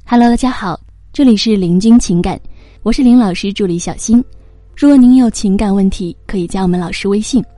Hello， 大家好，这里是林君情感，我是林老师助理小新。如果您有情感问题，可以加我们老师微信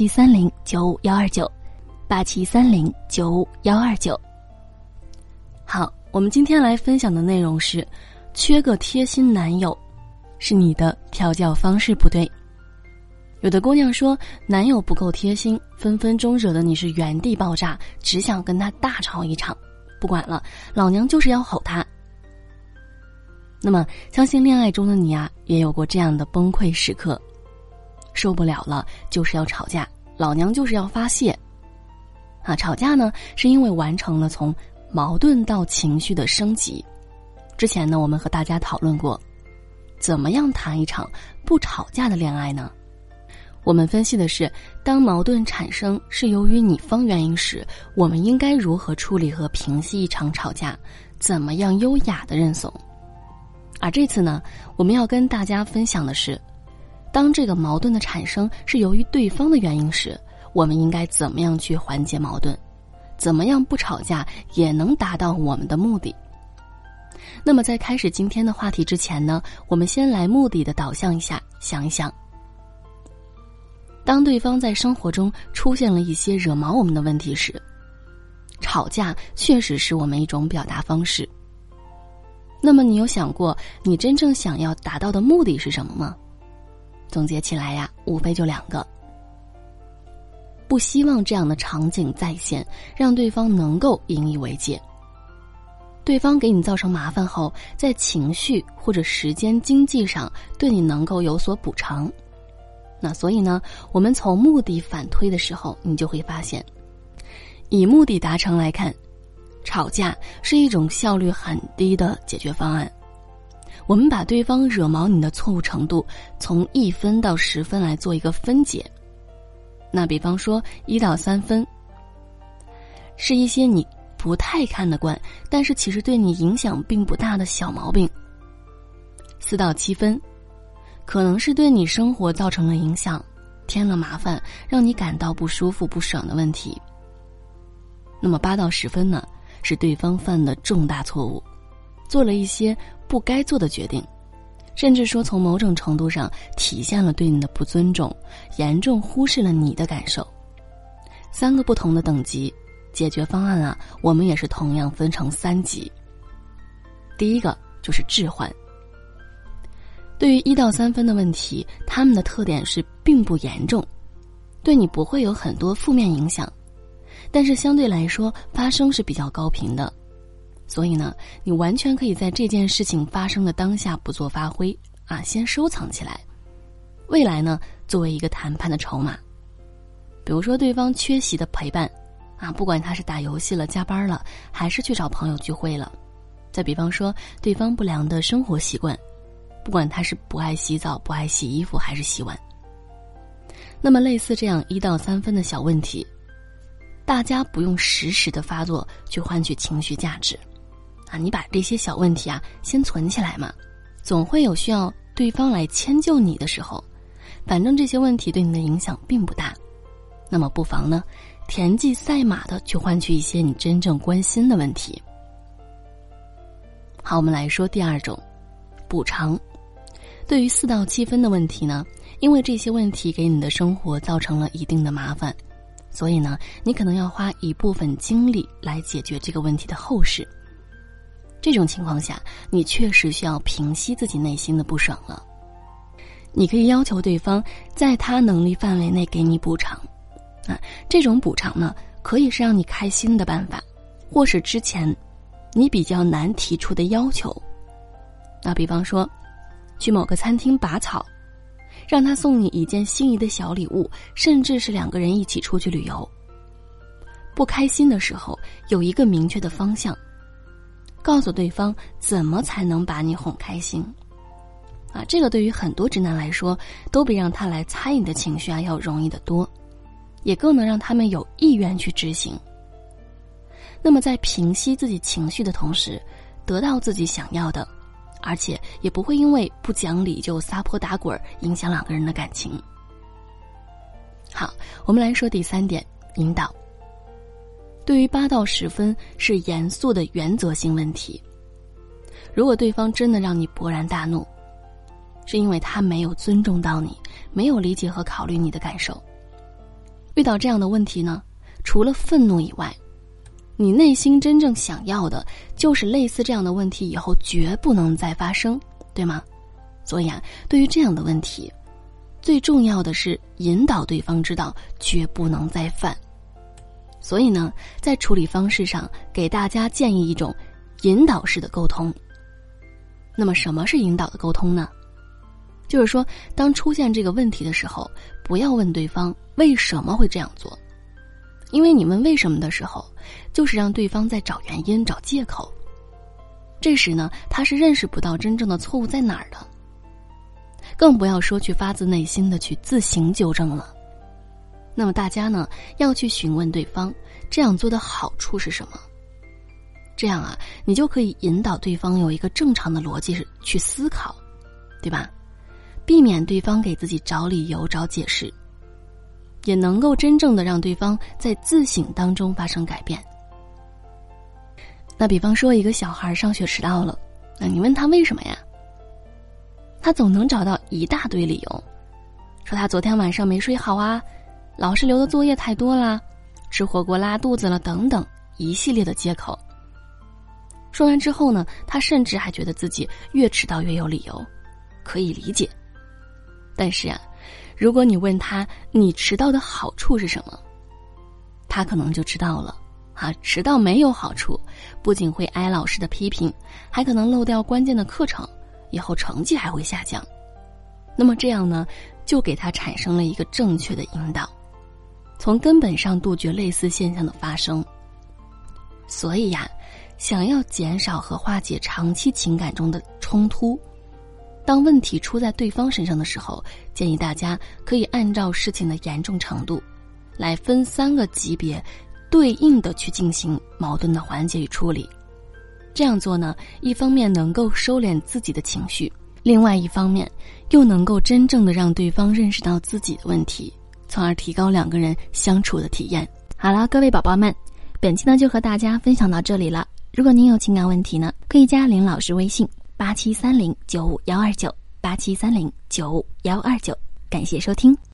8730-95129，8730-95129。好，我们今天来分享的内容是，缺个贴心男友，是你的调教方式不对。有的姑娘说男友不够贴心，分分钟惹得你是原地爆炸，只想跟他大吵一场，不管了，老娘就是要吼他。那么相信恋爱中的你啊，也有过这样的崩溃时刻，受不了了就是要吵架，老娘就是要发泄吵架呢是因为完成了从矛盾到情绪的升级。之前呢我们和大家讨论过怎么样谈一场不吵架的恋爱呢。我们分析的是，当矛盾产生是由于你方原因时，我们应该如何处理和平息一场吵架，怎么样优雅的认怂。而这次呢，我们要跟大家分享的是，当这个矛盾的产生是由于对方的原因时，我们应该怎么样去缓解矛盾，怎么样不吵架也能达到我们的目的。那么在开始今天的话题之前呢，我们先来目的的导向一下，想一想，当对方在生活中出现了一些惹毛我们的问题时，吵架确实是我们一种表达方式。那么你有想过你真正想要达到的目的是什么吗？总结起来呀，无非就2个。不希望这样的场景再现，让对方能够引以为戒。对方给你造成麻烦后，在情绪或者时间经济上对你能够有所补偿。那所以呢，我们从目的反推的时候，你就会发现，以目的达成来看，吵架是一种效率很低的解决方案。我们把对方惹毛你的错误程度从1分到10分来做一个分解。那比方说1到3分，是一些你不太看得惯，但是其实对你影响并不大的小毛病。4到7分，可能是对你生活造成了影响，添了麻烦，让你感到不舒服不爽的问题。那么8到10分呢，是对方犯的重大错误，做了一些不该做的决定，甚至说从某种程度上体现了对你的不尊重，严重忽视了你的感受。3个不同的等级，解决方案啊，我们也是同样分成3级。第一个就是置换。对于1到3分的问题，他们的特点是并不严重，对你不会有很多负面影响，但是相对来说发生是比较高频的。所以呢，你完全可以在这件事情发生的当下不做发挥先收藏起来，未来呢作为一个谈判的筹码。比如说对方缺席的陪伴不管他是打游戏了、加班了，还是去找朋友聚会了。再比方说对方不良的生活习惯，不管他是不爱洗澡、不爱洗衣服还是洗碗。那么类似这样1到3分的小问题，大家不用实时的发作去换取情绪价值你把这些小问题先存起来嘛，总会有需要对方来迁就你的时候，反正这些问题对你的影响并不大，那么不妨呢田忌赛马的去换取一些你真正关心的问题。好，我们来说第2种，补偿。对于4到7分的问题呢，因为这些问题给你的生活造成了一定的麻烦，所以呢你可能要花一部分精力来解决这个问题的后事。这种情况下，你确实需要平息自己内心的不爽了。你可以要求对方在他能力范围内给你补偿这种补偿呢，可以是让你开心的办法，或是之前你比较难提出的要求。比方说去某个餐厅拔草，让他送你一件心仪的小礼物，甚至是2个人一起出去旅游。不开心的时候有一个明确的方向，告诉对方怎么才能把你哄开心这个对于很多直男来说，都比让他来猜你的情绪要容易得多，也更能让他们有意愿去执行。那么在平息自己情绪的同时，得到自己想要的，而且也不会因为不讲理就撒泼打滚，影响2个人的感情。好，我们来说第3点，引导。对于8到10分是严肃的原则性问题， 如果对方真的让你勃然大怒，是因为他没有尊重到你，没有理解和考虑你的感受。遇到这样的问题呢，除了愤怒以外，你内心真正想要的就是类似这样的问题以后绝不能再发生，对吗？所以对于这样的问题，最重要的是引导对方知道绝不能再犯。所以呢，在处理方式上给大家建议一种引导式的沟通。那么什么是引导的沟通呢？就是说，当出现这个问题的时候，不要问对方为什么会这样做，因为你问为什么的时候，就是让对方在找原因、找借口。这时呢，他是认识不到真正的错误在哪儿的，更不要说去发自内心的去自行纠正了。那么大家呢，要去询问对方这样做的好处是什么。这样你就可以引导对方有一个正常的逻辑去思考，对吧？避免对方给自己找理由、找解释，也能够真正的让对方在自省当中发生改变。那比方说一个小孩上学迟到了，那你问他为什么呀？他总能找到一大堆理由，说他昨天晚上没睡好啊，老师留的作业太多啦，吃火锅拉肚子了等等一系列的借口。说完之后呢，他甚至还觉得自己越迟到越有理由，可以理解。但是如果你问他你迟到的好处是什么，他可能就知道了迟到没有好处，不仅会挨老师的批评，还可能漏掉关键的课程，以后成绩还会下降。那么这样呢，就给他产生了一个正确的引导，从根本上杜绝类似现象的发生。所以想要减少和化解长期情感中的冲突，当问题出在对方身上的时候，建议大家可以按照事情的严重程度来分3个级别对应的去进行矛盾的缓解与处理。这样做呢，一方面能够收敛自己的情绪，另外一方面又能够真正的让对方认识到自己的问题，从而提高2个人相处的体验。好了，各位宝宝们，本期呢就和大家分享到这里了。如果您有情感问题呢，可以加林老师微信8730951129，8730951129。感谢收听。